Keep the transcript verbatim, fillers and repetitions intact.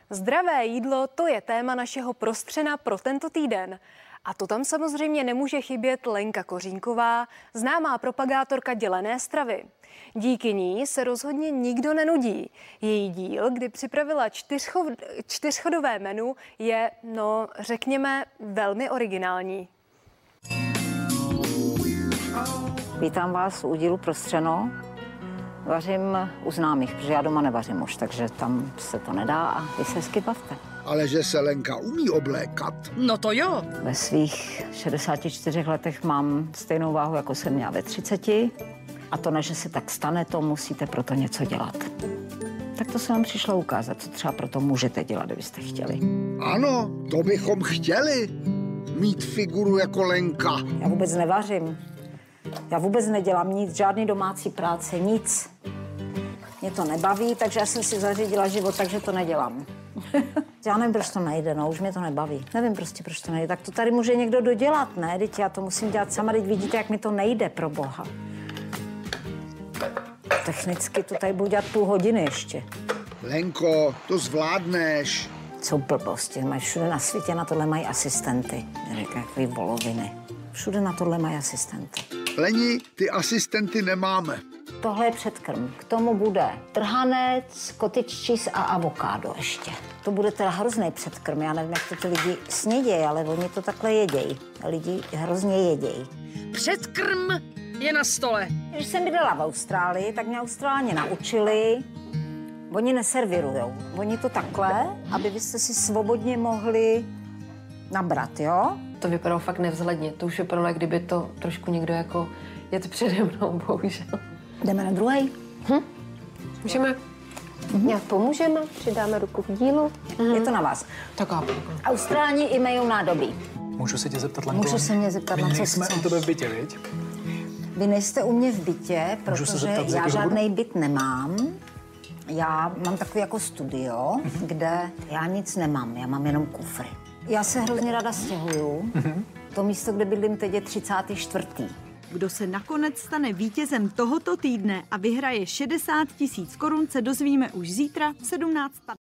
Zdravé jídlo, to je téma našeho prostřena pro tento týden. A to tam samozřejmě nemůže chybět Lenka Kořínková, známá propagátorka dělené stravy. Díky ní se rozhodně nikdo nenudí. Její díl, kdy připravila čtyřchod, čtyřchodové menu, je, no, řekněme, velmi originální. Vítám vás u dílu Prostřeno. Vařím u známých, protože já doma nevařím už, takže tam se to nedá a vy se hezky bavte. Ale že se Lenka umí oblékat. No to jo. Ve svých šedesáti čtyřech letech mám stejnou váhu, jako jsem měla ve třiceti. A to ne, že se tak stane, to musíte proto něco dělat. Tak to se vám přišlo ukázat, co třeba proto můžete dělat, kdybyste chtěli. Ano, to bychom chtěli. Mít figuru jako Lenka. Já vůbec nevařím. Já vůbec nedělám nic, žádný domácí práce, nic. Mě to nebaví, takže já jsem si zařídila život, takže to nedělám. Já nevím, proč to nejde, no, už mě to nebaví. Nevím prostě, proč to nejde. Tak to tady může někdo dodělat, ne? Teď já to musím dělat sama, teď vidíte, jak mi to nejde, pro boha. Technicky to tady budu dělat půl hodiny ještě. Lenko, to zvládneš. Jsou blbosti, mají všude na světě, na tohle mají asistenty. Říkají, takový voloviny. Všude na tohle mají asistenty. Leni, ty asistenty nemáme. Tohle je předkrm. K tomu bude trhanec, cottage cheese a avokádo ještě. To bude teda hrozný předkrm. Já nevím, jak to ty lidi snědějí, ale oni to takhle jedějí. Lidi hrozně jedějí. Předkrm je na stole. Když jsem bydlela v Austrálii, tak mě Austrálně naučili. Oni neservirujou. Oni to takhle, aby vy jste si svobodně mohli nabrat, jo? To vypadalo fakt nevzhledně. To už vypadalo, jak kdyby to trošku někdo jako jet přede mnou, bohužel. Jdeme na druhý? Hm? Můžeme? Mm-hmm. Nějak pomůžeme? Přidáme ruku v dílu? Mm-hmm. Je to na vás. Tak a Austrálni i mají nádobí. Můžu se tě zeptat, Lenko? Můžu se mě zeptat, My na co nejsme chceš. u tebe v bytě, viď? Vy nejste u mě v bytě, protože zeptat, z já jakého žádný byt nemám. Já mám takový jako studio, mm-hmm. kde já nic nemám, já mám jenom kufry. Já se hrozně ráda stěhuju. Mm-hmm. To místo, kde bydlím teď, je třicátý čtvrtý Kdo se nakonec stane vítězem tohoto týdne a vyhraje šedesát tisíc korun, se dozvíme už zítra v sedmnáct.